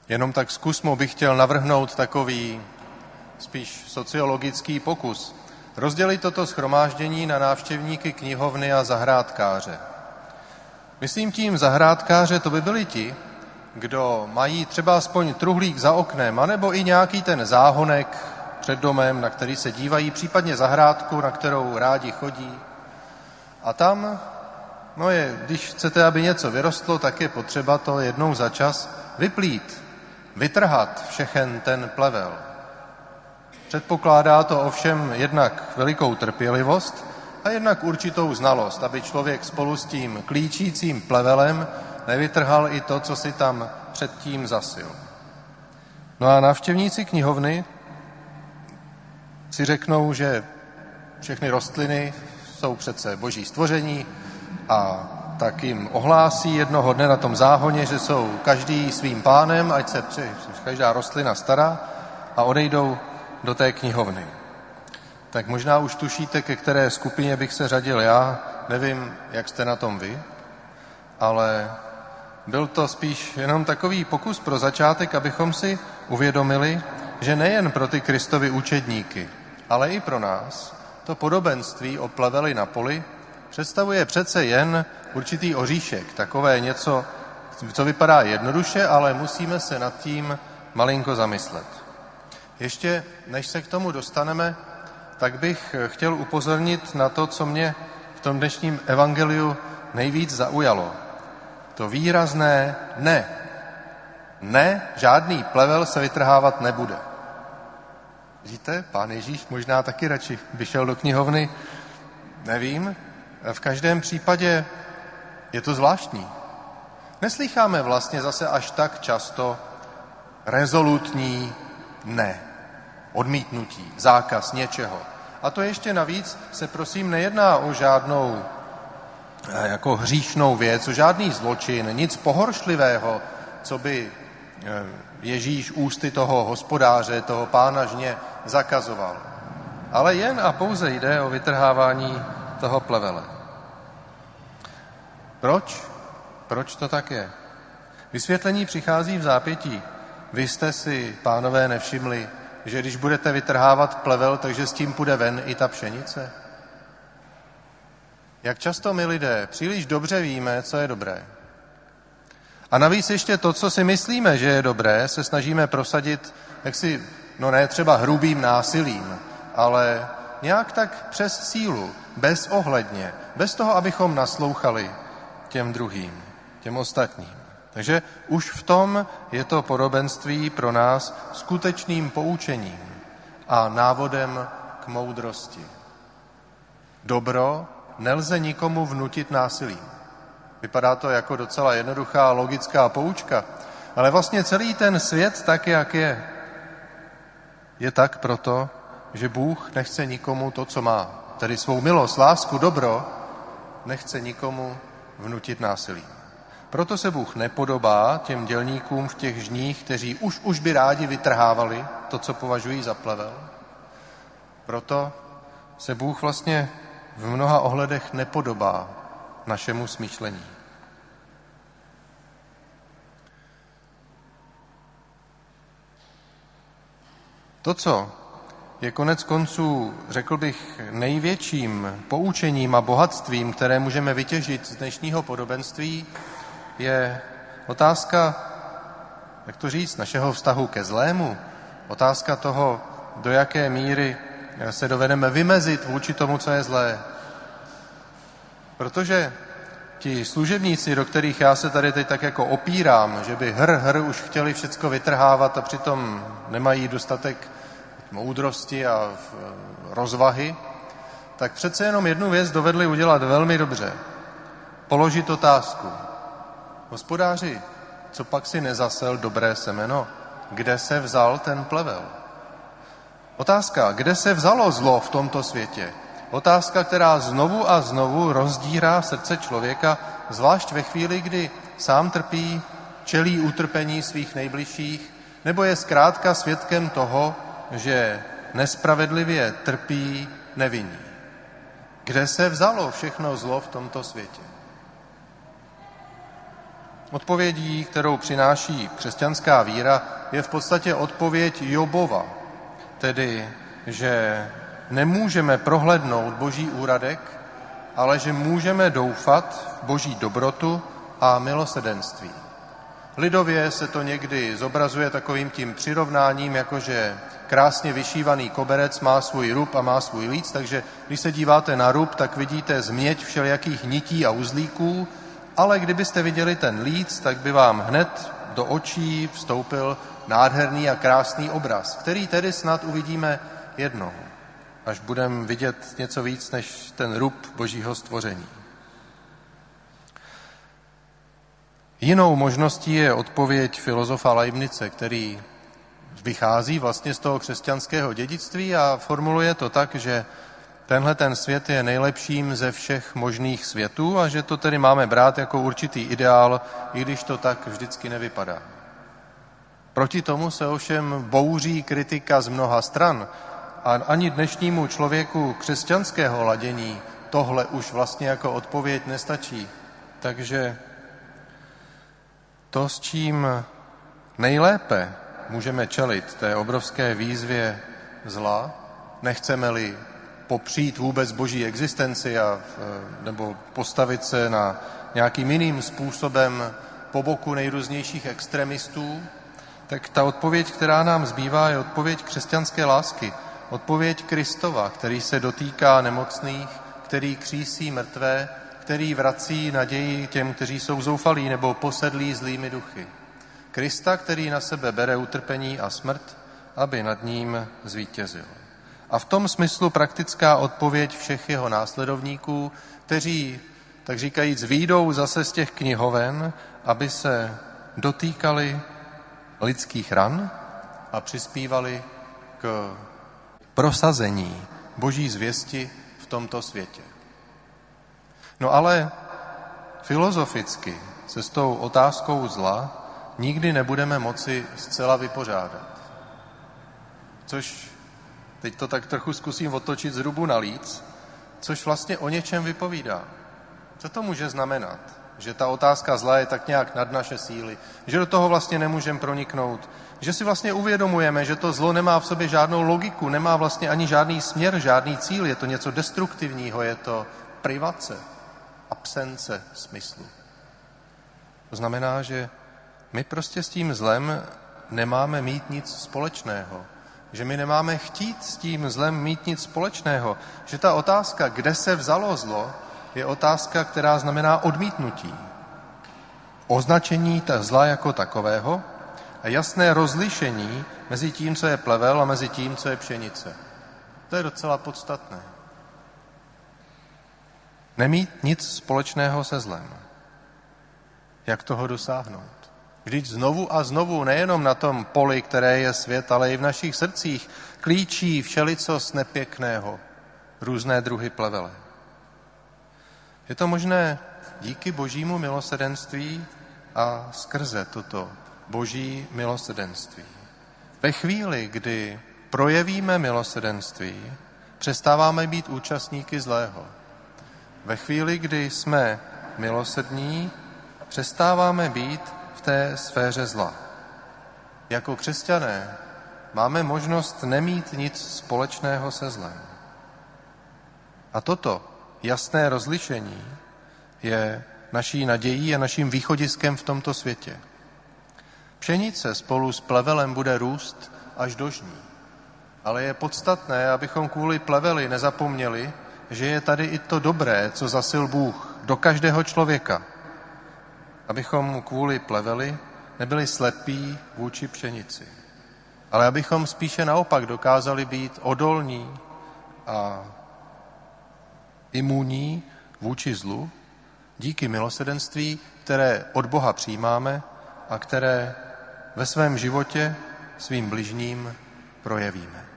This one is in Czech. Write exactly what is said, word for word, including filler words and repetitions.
Jenom tak zkusmo bych chtěl navrhnout takový spíš sociologický pokus. Rozdělit toto shromáždění na návštěvníky knihovny a zahrádkáře. Myslím tím zahrádkáře, to by byli ti, kdo mají třeba aspoň truhlík za oknem, anebo i nějaký ten záhonek před domem, na který se dívají, případně zahrádku, na kterou rádi chodí. A tam, no je, když chcete, aby něco vyrostlo, tak je potřeba to jednou za čas vyplít, vytrhat všechen ten plevel. Předpokládá to ovšem jednak velikou trpělivost a jednak určitou znalost, aby člověk spolu s tím klíčícím plevelem nevytrhal i to, co si tam předtím zasil. No a návštěvníci knihovny si řeknou, že všechny rostliny jsou přece boží stvoření a tak jim ohlásí jednoho dne na tom záhoně, že jsou každý svým pánem, ať se při, každá rostlina stará, a odejdou do té knihovny. Tak možná už tušíte, ke které skupině bych se řadil já, nevím, jak jste na tom vy, ale byl to spíš jenom takový pokus pro začátek, abychom si uvědomili, že nejen pro ty Kristovy učedníky, ale i pro nás to podobenství o pleveli na poli představuje přece jen určitý oříšek, takové něco, co vypadá jednoduše, ale musíme se nad tím malinko zamyslet. Ještě než se k tomu dostaneme, tak bych chtěl upozornit na to, co mě v tom dnešním evangeliu nejvíc zaujalo. To výrazné ne. Ne, žádný plevel se vytrhávat nebude. Víte, pán Ježíš možná taky radši by šel do knihovny, nevím. V každém případě je to zvláštní. Neslýcháme vlastně zase až tak často rezolutní ne, odmítnutí, zákaz něčeho. A to ještě navíc se prosím nejedná o žádnou jako hříšnou věc, o žádný zločin, nic pohoršlivého, co by Ježíš ústy toho hospodáře, toho pána žně zakazoval. Ale jen a pouze jde o vytrhávání toho plevele. Proč? Proč to tak je? Vysvětlení přichází v zápětí. Vy jste si, pánové, nevšimli, že když budete vytrhávat plevel, takže s tím půjde ven i ta pšenice? Jak často my lidé příliš dobře víme, co je dobré. A navíc ještě to, co si myslíme, že je dobré, se snažíme prosadit, jaksi, no ne třeba hrubým násilím, ale nějak tak přes sílu, bezohledně, bez toho, abychom naslouchali těm druhým, těm ostatním. Takže už v tom je to podobenství pro nás skutečným poučením a návodem k moudrosti. Dobro nelze nikomu vnutit násilím. Vypadá to jako docela jednoduchá logická poučka, ale vlastně celý ten svět tak, jak je, je tak proto, že Bůh nechce nikomu to, co má, tedy svou milost, lásku, dobro, nechce nikomu vnutit násilím. Proto se Bůh nepodobá těm dělníkům v těch žních, kteří už už by rádi vytrhávali to, co považují za plevel. Proto se Bůh vlastně v mnoha ohledech nepodobá našemu smýšlení. To, co je konec konců, řekl bych, největším poučením a bohatstvím, které můžeme vytěžit z dnešního podobenství, je otázka, jak to říct, našeho vztahu ke zlému, otázka toho, do jaké míry se dovedeme vymezit vůči tomu, co je zlé. Protože ti služebníci, do kterých já se tady teď tak jako opírám, že by hr, hr už chtěli všecko vytrhávat a přitom nemají dostatek moudrosti a rozvahy, tak přece jenom jednu věc dovedli udělat velmi dobře. Položit otázku. Hospodáři, co pak si nezasel dobré semeno? Kde se vzal ten plevel? Otázka, kde se vzalo zlo v tomto světě? Otázka, která znovu a znovu rozdírá srdce člověka, zvlášť ve chvíli, kdy sám trpí, čelí utrpení svých nejbližších, nebo je zkrátka svědkem toho, že nespravedlivě trpí nevinní. Kde se vzalo všechno zlo v tomto světě? Odpovědí, kterou přináší křesťanská víra, je v podstatě odpověď Jobova, tedy, že nemůžeme prohlédnout Boží úradek, ale že můžeme doufat v Boží dobrotu a milosrdenství. Lidově se to někdy zobrazuje takovým tím přirovnáním, jakože krásně vyšívaný koberec má svůj rub a má svůj líc, takže když se díváte na rub, tak vidíte změť všelijakých nití a uzlíků, ale kdybyste viděli ten líc, tak by vám hned do očí vstoupil nádherný a krásný obraz, který tedy snad uvidíme jednou, až budeme vidět něco víc než ten rub Božího stvoření. Jinou možností je odpověď filozofa Leibnice, který vychází vlastně z toho křesťanského dědictví a formuluje to tak, že tenhle ten svět je nejlepším ze všech možných světů a že to tedy máme brát jako určitý ideál, i když to tak vždycky nevypadá. Proti tomu se ovšem bouří kritika z mnoha stran a ani dnešnímu člověku křesťanského ladění tohle už vlastně jako odpověď nestačí. Takže to, s čím nejlépe můžeme čelit té obrovské výzvě zla, nechceme-li popřít vůbec Boží existenci a, nebo postavit se na nějakým jiným způsobem po boku nejrůznějších extremistů, tak ta odpověď, která nám zbývá, je odpověď křesťanské lásky. Odpověď Kristova, který se dotýká nemocných, který křísí mrtvé, který vrací naději těm, kteří jsou zoufalí nebo posedlí zlými duchy. Krista, který na sebe bere utrpení a smrt, aby nad ním zvítězil. A v tom smyslu praktická odpověď všech jeho následovníků, kteří, tak říkajíc, vyjdou zase z těch knihoven, aby se dotýkali lidských ran a přispívali k prosazení Boží zvěsti v tomto světě. No ale filozoficky se s tou otázkou zla nikdy nebudeme moci zcela vypořádat. Což, teď to tak trochu zkusím otočit z rubu na líc, což vlastně o něčem vypovídá. Co to může znamenat? Že ta otázka zla je tak nějak nad naše síly, že do toho vlastně nemůžeme proniknout, že si vlastně uvědomujeme, že to zlo nemá v sobě žádnou logiku, nemá vlastně ani žádný směr, žádný cíl, je to něco destruktivního, je to privace, absence smyslu. To znamená, že my prostě s tím zlem nemáme mít nic společného, že my nemáme chtít s tím zlem mít nic společného, že ta otázka, kde se vzalo zlo, je otázka, která znamená odmítnutí. Označení ta zla jako takového a jasné rozlišení mezi tím, co je plevel a mezi tím, co je pšenice. To je docela podstatné. Nemít nic společného se zlem. Jak toho dosáhnout? Vždyť znovu a znovu, nejenom na tom poli, které je svět, ale i v našich srdcích, klíčí všelicos nepěkného, různé druhy plevele. Je to možné díky Božímu milosrdenství a skrze toto Boží milosrdenství. Ve chvíli, kdy projevíme milosrdenství, přestáváme být účastníky zlého. Ve chvíli, kdy jsme milosrdní, přestáváme být v té sféře zla. Jako křesťané máme možnost nemít nic společného se zlem. A toto jasné rozlišení je naší nadějí a naším východiskem v tomto světě. Pšenice spolu s plevelem bude růst až do žní. Ale je podstatné, abychom kvůli pleveli nezapomněli, že je tady i to dobré, co zasil Bůh do každého člověka. Abychom kvůli pleveli nebyli slepí vůči pšenici. Ale abychom spíše naopak dokázali být odolní a imunní vůči zlu díky milosrdenství, které od Boha přijímáme a které ve svém životě svým bližním projevíme.